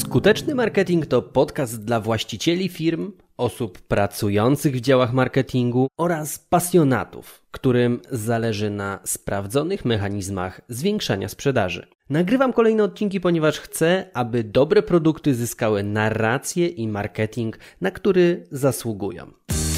Skuteczny marketing to podcast dla właścicieli firm, osób pracujących w działach marketingu oraz pasjonatów, którym zależy na sprawdzonych mechanizmach zwiększania sprzedaży. Nagrywam kolejne odcinki, ponieważ chcę, aby dobre produkty zyskały narrację i marketing, na który zasługują.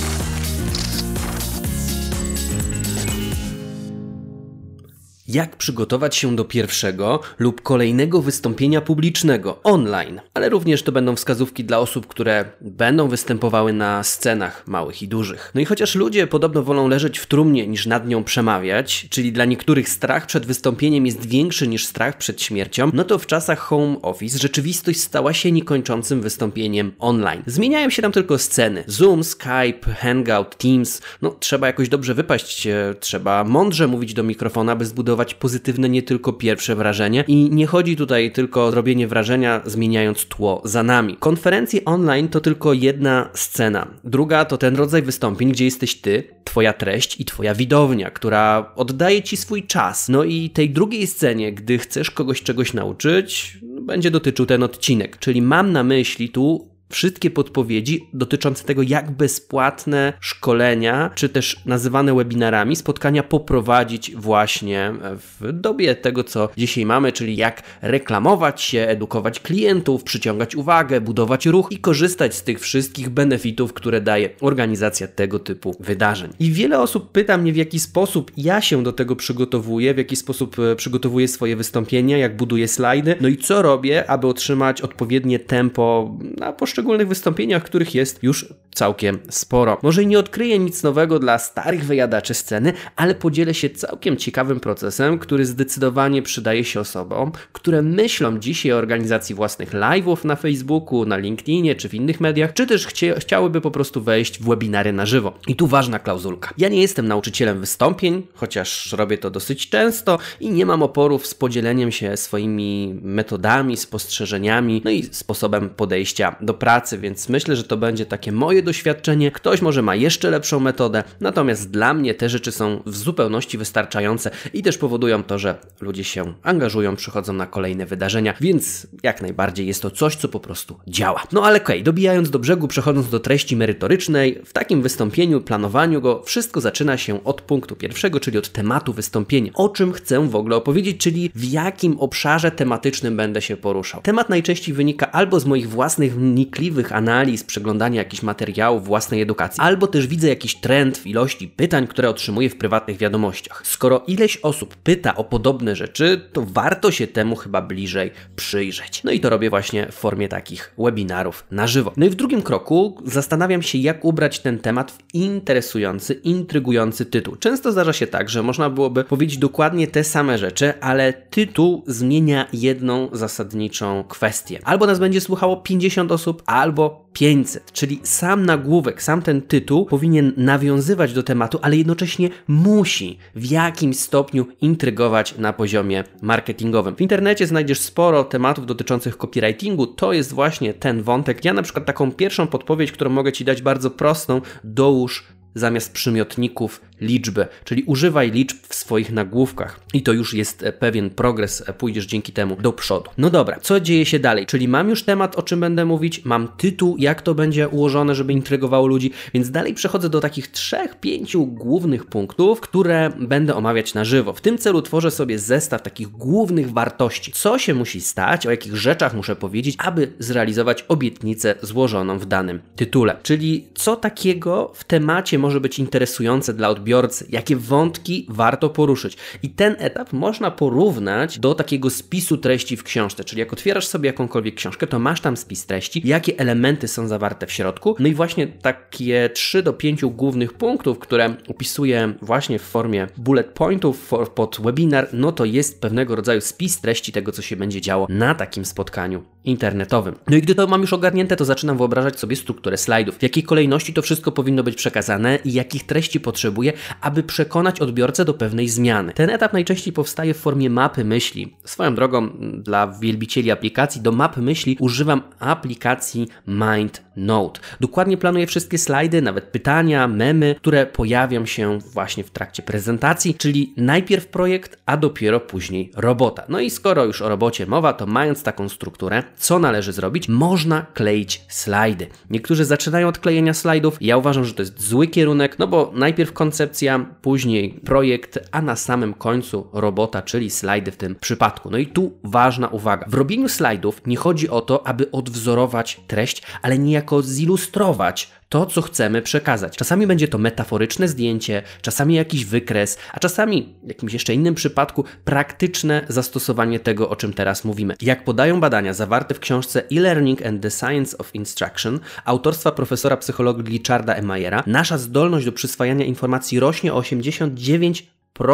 Jak przygotować się do pierwszego lub kolejnego wystąpienia publicznego online, ale również to będą wskazówki dla osób, które będą występowały na scenach małych i dużych. No i chociaż ludzie podobno wolą leżeć w trumnie niż nad nią przemawiać, czyli dla niektórych strach przed wystąpieniem jest większy niż strach przed śmiercią, no to w czasach home office rzeczywistość stała się niekończącym wystąpieniem online. Zmieniają się tam tylko sceny. Zoom, Skype, Hangout, Teams. No trzeba jakoś dobrze wypaść, trzeba mądrze mówić do mikrofona, by zbudować pozytywne nie tylko pierwsze wrażenie i nie chodzi tutaj tylko o zrobienie wrażenia zmieniając tło za nami. Konferencje online to tylko jedna scena. Druga to ten rodzaj wystąpień, gdzie jesteś ty, twoja treść i twoja widownia, która oddaje ci swój czas. No i tej drugiej scenie, gdy chcesz kogoś czegoś nauczyć, będzie dotyczył ten odcinek. Czyli mam na myśli tu wszystkie podpowiedzi dotyczące tego, jak bezpłatne szkolenia, czy też nazywane webinarami, spotkania poprowadzić właśnie w dobie tego, co dzisiaj mamy, czyli jak reklamować się, edukować klientów, przyciągać uwagę, budować ruch i korzystać z tych wszystkich benefitów, które daje organizacja tego typu wydarzeń. I wiele osób pyta mnie, w jaki sposób ja się do tego przygotowuję, w jaki sposób przygotowuję swoje wystąpienia, jak buduję slajdy, no i co robię, aby otrzymać odpowiednie tempo na poszczególnych wystąpieniach, których jest już całkiem sporo. Może i nie odkryję nic nowego dla starych wyjadaczy sceny, ale podzielę się całkiem ciekawym procesem, który zdecydowanie przydaje się osobom, które myślą dzisiaj o organizacji własnych live'ów na Facebooku, na LinkedInie czy w innych mediach, czy też chciałyby po prostu wejść w webinary na żywo. I tu ważna klauzulka. Ja nie jestem nauczycielem wystąpień, chociaż robię to dosyć często i nie mam oporów z podzieleniem się swoimi metodami, spostrzeżeniami, no i sposobem podejścia do pracy, więc myślę, że to będzie takie moje doświadczenie. Ktoś może ma jeszcze lepszą metodę, natomiast dla mnie te rzeczy są w zupełności wystarczające i też powodują to, że ludzie się angażują, przychodzą na kolejne wydarzenia, więc jak najbardziej jest to coś, co po prostu działa. No ale okej, dobijając do brzegu, przechodząc do treści merytorycznej, w takim wystąpieniu, planowaniu go, wszystko zaczyna się od punktu pierwszego, czyli od tematu wystąpienia. O czym chcę w ogóle opowiedzieć, czyli w jakim obszarze tematycznym będę się poruszał. Temat najczęściej wynika albo z moich własnych wnikliwych analiz, przeglądania jakichś materiałów, własnej edukacji, albo też widzę jakiś trend w ilości pytań, które otrzymuję w prywatnych wiadomościach. Skoro ileś osób pyta o podobne rzeczy, to warto się temu chyba bliżej przyjrzeć. No i to robię właśnie w formie takich webinarów na żywo. No i w drugim kroku zastanawiam się, jak ubrać ten temat w interesujący, intrygujący tytuł. Często zdarza się tak, że można byłoby powiedzieć dokładnie te same rzeczy, ale tytuł zmienia jedną zasadniczą kwestię. Albo nas będzie słuchało 50 osób, albo 500, czyli sam nagłówek, sam ten tytuł powinien nawiązywać do tematu, ale jednocześnie musi w jakimś stopniu intrygować na poziomie marketingowym. W internecie znajdziesz sporo tematów dotyczących copywritingu, to jest właśnie ten wątek. Ja na przykład taką pierwszą podpowiedź, którą mogę Ci dać bardzo prostą, dołóż zamiast przymiotników liczby, czyli używaj liczb w swoich nagłówkach i to już jest pewien progres, pójdziesz dzięki temu do przodu. No dobra, co dzieje się dalej? Czyli mam już temat, o czym będę mówić, mam tytuł, jak to będzie ułożone, żeby intrygowało ludzi, więc dalej przechodzę do takich 3-5 głównych punktów, które będę omawiać na żywo. W tym celu tworzę sobie zestaw takich głównych wartości. Co się musi stać, o jakich rzeczach muszę powiedzieć, aby zrealizować obietnicę złożoną w danym tytule. Czyli co takiego w temacie może być interesujące dla odbiorcy, jakie wątki warto poruszyć. I ten etap można porównać do takiego spisu treści w książce, czyli jak otwierasz sobie jakąkolwiek książkę, to masz tam spis treści, jakie elementy są zawarte w środku, no i właśnie takie 3-5 głównych punktów, które opisuję właśnie w formie bullet pointów pod webinar, no to jest pewnego rodzaju spis treści tego, co się będzie działo na takim spotkaniu internetowym. No i gdy to mam już ogarnięte, to zaczynam wyobrażać sobie strukturę slajdów, w jakiej kolejności to wszystko powinno być przekazane i jakich treści potrzebuję, aby przekonać odbiorcę do pewnej zmiany. Ten etap najczęściej powstaje w formie mapy myśli. Swoją drogą, dla wielbicieli aplikacji, do mapy myśli używam aplikacji MindNote. Dokładnie planuję wszystkie slajdy, nawet pytania, memy, które pojawią się właśnie w trakcie prezentacji, czyli najpierw projekt, a dopiero później robota. No i skoro już o robocie mowa, to mając taką strukturę, co należy zrobić? Można kleić slajdy. Niektórzy zaczynają od klejenia slajdów. Ja uważam, że to jest zły kierunek, no bo najpierw koncepcja, później projekt, a na samym końcu robota, czyli slajdy w tym przypadku. No i tu ważna uwaga. W robieniu slajdów nie chodzi o to, aby odwzorować treść, ale niejako zilustrować to, co chcemy przekazać. Czasami będzie to metaforyczne zdjęcie, czasami jakiś wykres, a czasami w jakimś jeszcze innym przypadku praktyczne zastosowanie tego, o czym teraz mówimy. Jak podają badania zawarte w książce E-Learning and the Science of Instruction autorstwa profesora psychologii Richarda E. Mayera, nasza zdolność do przyswajania informacji rośnie o 89%,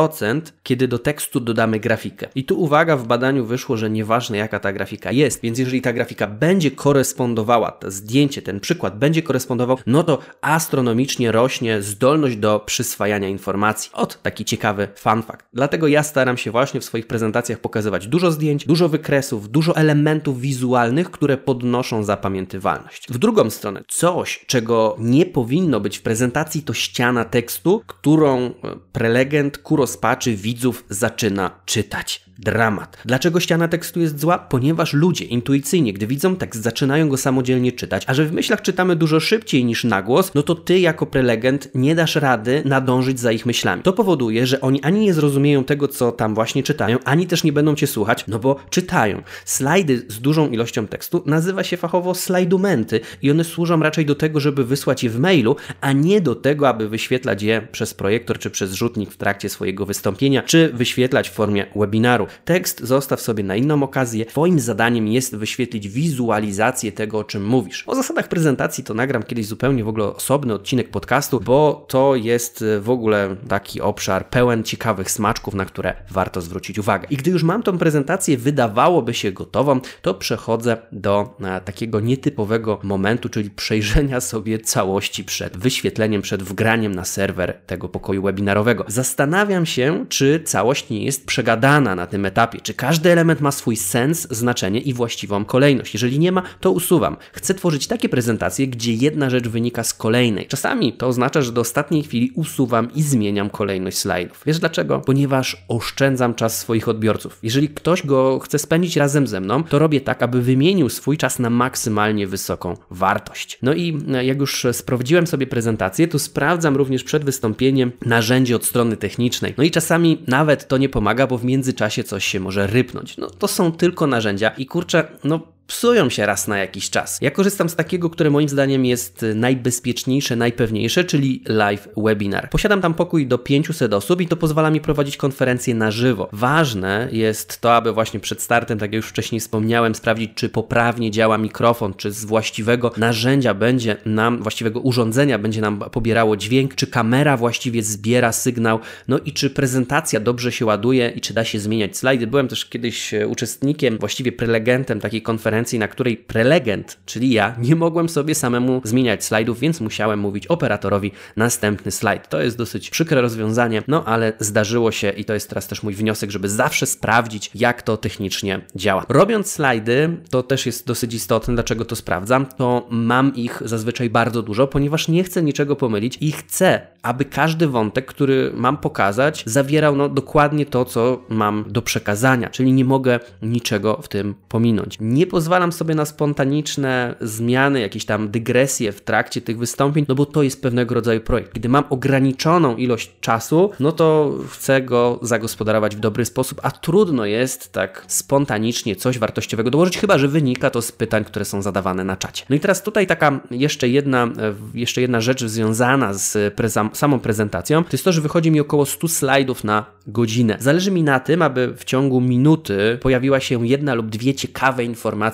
kiedy do tekstu dodamy grafikę. I tu uwaga, w badaniu wyszło, że nieważne jaka ta grafika jest, więc jeżeli ta grafika będzie korespondowała, to zdjęcie, ten przykład będzie korespondował, no to astronomicznie rośnie zdolność do przyswajania informacji. Taki ciekawy fun fact. Dlatego ja staram się właśnie w swoich prezentacjach pokazywać dużo zdjęć, dużo wykresów, dużo elementów wizualnych, które podnoszą zapamiętywalność. W drugą stronę, coś, czego nie powinno być w prezentacji, to ściana tekstu, którą prelegent ku rozpaczy widzów zaczyna czytać. Dramat. Dlaczego ściana tekstu jest zła? Ponieważ ludzie intuicyjnie, gdy widzą tekst, zaczynają go samodzielnie czytać, a że w myślach czytamy dużo szybciej niż na głos, no to ty jako prelegent nie dasz rady nadążyć za ich myślami. To powoduje, że oni ani nie zrozumieją tego, co tam właśnie czytają, ani też nie będą cię słuchać, no bo czytają. Slajdy z dużą ilością tekstu nazywa się fachowo slajdumenty i one służą raczej do tego, żeby wysłać je w mailu, a nie do tego, aby wyświetlać je przez projektor czy przez rzutnik w trakcie swojego wystąpienia, czy wyświetlać w formie webinaru. Tekst zostaw sobie na inną okazję. Twoim zadaniem jest wyświetlić wizualizację tego, o czym mówisz. O zasadach prezentacji to nagram kiedyś zupełnie w ogóle osobny odcinek podcastu, bo to jest w ogóle taki obszar pełen ciekawych smaczków, na które warto zwrócić uwagę. I gdy już mam tą prezentację, wydawałoby się gotową, to przechodzę do takiego nietypowego momentu, czyli przejrzenia sobie całości przed wyświetleniem, przed wgraniem na serwer tego pokoju webinarowego. Zastanawiam się, czy całość nie jest przegadana na tym etapie, czy każdy element ma swój sens, znaczenie i właściwą kolejność. Jeżeli nie ma, to usuwam. Chcę tworzyć takie prezentacje, gdzie jedna rzecz wynika z kolejnej. Czasami to oznacza, że do ostatniej chwili usuwam i zmieniam kolejność slajdów. Wiesz dlaczego? Ponieważ oszczędzam czas swoich odbiorców. Jeżeli ktoś go chce spędzić razem ze mną, to robię tak, aby wymienił swój czas na maksymalnie wysoką wartość. No i jak już sprawdziłem sobie prezentację, to sprawdzam również przed wystąpieniem narzędzie od strony technicznej. No i czasami nawet to nie pomaga, bo w międzyczasie coś się może rypnąć. No to są tylko narzędzia i kurczę, psują się raz na jakiś czas. Ja korzystam z takiego, które moim zdaniem jest najbezpieczniejsze, najpewniejsze, czyli live webinar. Posiadam tam pokój do 500 osób i to pozwala mi prowadzić konferencje na żywo. Ważne jest to, aby właśnie przed startem, tak jak już wcześniej wspomniałem, sprawdzić, czy poprawnie działa mikrofon, czy z właściwego narzędzia właściwego urządzenia będzie nam pobierało dźwięk, czy kamera właściwie zbiera sygnał, no i czy prezentacja dobrze się ładuje i czy da się zmieniać slajdy. Byłem też kiedyś uczestnikiem, właściwie prelegentem takiej konferencji, na której prelegent, czyli ja, nie mogłem sobie samemu zmieniać slajdów, więc musiałem mówić operatorowi następny slajd. To jest dosyć przykre rozwiązanie, ale zdarzyło się i to jest teraz też mój wniosek, żeby zawsze sprawdzić, jak to technicznie działa. Robiąc slajdy, to też jest dosyć istotne, dlaczego to sprawdzam, to mam ich zazwyczaj bardzo dużo, ponieważ nie chcę niczego pomylić i chcę, aby każdy wątek, który mam pokazać, zawierał dokładnie to, co mam do przekazania, czyli nie mogę niczego w tym pominąć. Nie pozwalam sobie na spontaniczne zmiany, jakieś tam dygresje w trakcie tych wystąpień, bo to jest pewnego rodzaju projekt. Kiedy mam ograniczoną ilość czasu, to chcę go zagospodarować w dobry sposób, a trudno jest tak spontanicznie coś wartościowego dołożyć, chyba że wynika to z pytań, które są zadawane na czacie. No i teraz tutaj taka jeszcze jedna rzecz związana z samą prezentacją, to jest to, że wychodzi mi około 100 slajdów na godzinę. Zależy mi na tym, aby w ciągu minuty pojawiła się jedna lub dwie ciekawe informacje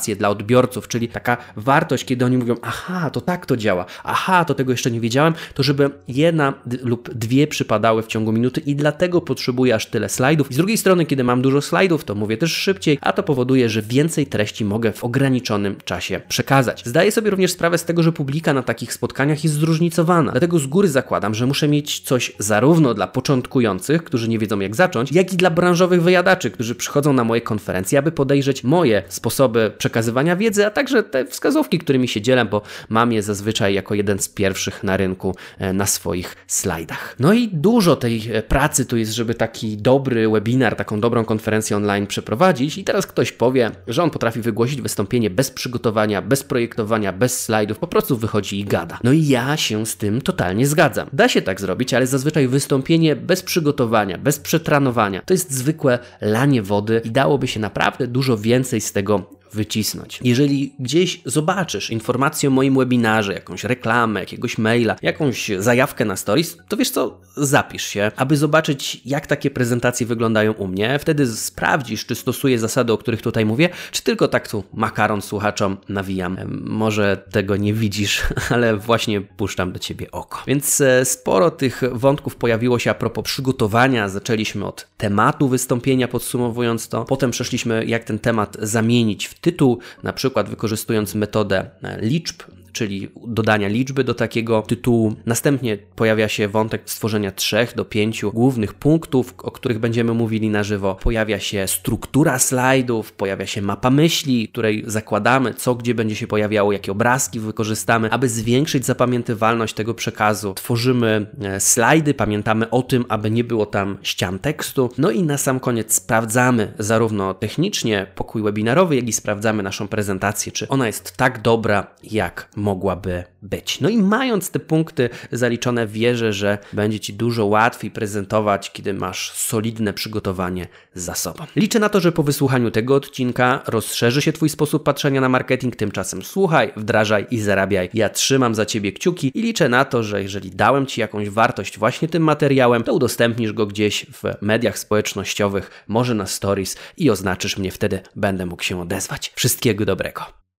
informacje dla odbiorców, czyli taka wartość, kiedy oni mówią, aha, to tak to działa, aha, to tego jeszcze nie wiedziałem, to żeby jedna lub dwie przypadały w ciągu minuty i dlatego potrzebuję aż tyle slajdów. I z drugiej strony, kiedy mam dużo slajdów, to mówię też szybciej, a to powoduje, że więcej treści mogę w ograniczonym czasie przekazać. Zdaję sobie również sprawę z tego, że publika na takich spotkaniach jest zróżnicowana. Dlatego z góry zakładam, że muszę mieć coś zarówno dla początkujących, którzy nie wiedzą jak zacząć, jak i dla branżowych wyjadaczy, którzy przychodzą na moje konferencje, aby podejrzeć moje sposoby przekazywania wiedzy, a także te wskazówki, którymi się dzielę, bo mam je zazwyczaj jako jeden z pierwszych na rynku na swoich slajdach. No i dużo tej pracy tu jest, żeby taki dobry webinar, taką dobrą konferencję online przeprowadzić i teraz ktoś powie, że on potrafi wygłosić wystąpienie bez przygotowania, bez projektowania, bez slajdów, po prostu wychodzi i gada. No i ja się z tym totalnie zgadzam. Da się tak zrobić, ale zazwyczaj wystąpienie bez przygotowania, bez przetrenowania to jest zwykłe lanie wody i dałoby się naprawdę dużo więcej z tego wycisnąć. Jeżeli gdzieś zobaczysz informację o moim webinarze, jakąś reklamę, jakiegoś maila, jakąś zajawkę na stories, to wiesz co, zapisz się, aby zobaczyć, jak takie prezentacje wyglądają u mnie. Wtedy sprawdzisz, czy stosuję zasady, o których tutaj mówię, czy tylko tak tu makaron słuchaczom nawijam. Może tego nie widzisz, ale właśnie puszczam do ciebie oko. Więc sporo tych wątków pojawiło się a propos przygotowania. Zaczęliśmy od tematu wystąpienia, podsumowując to. Potem przeszliśmy, jak ten temat zamienić w tytuł, na przykład wykorzystując metodę liczb, czyli dodania liczby do takiego tytułu. Następnie pojawia się wątek stworzenia 3 do 5 głównych punktów, o których będziemy mówili na żywo. Pojawia się struktura slajdów, pojawia się mapa myśli, której zakładamy, co gdzie będzie się pojawiało, jakie obrazki wykorzystamy, aby zwiększyć zapamiętywalność tego przekazu. Tworzymy slajdy, pamiętamy o tym, aby nie było tam ścian tekstu. No i na sam koniec sprawdzamy zarówno technicznie pokój webinarowy, jak i sprawdzamy naszą prezentację, czy ona jest tak dobra, jak mogłaby być. No i mając te punkty zaliczone, wierzę, że będzie Ci dużo łatwiej prezentować, kiedy masz solidne przygotowanie za sobą. Liczę na to, że po wysłuchaniu tego odcinka rozszerzy się Twój sposób patrzenia na marketing, tymczasem słuchaj, wdrażaj i zarabiaj. Ja trzymam za Ciebie kciuki i liczę na to, że jeżeli dałem Ci jakąś wartość właśnie tym materiałem, to udostępnisz go gdzieś w mediach społecznościowych, może na stories i oznaczysz mnie, wtedy będę mógł się odezwać. Wszystkiego dobrego.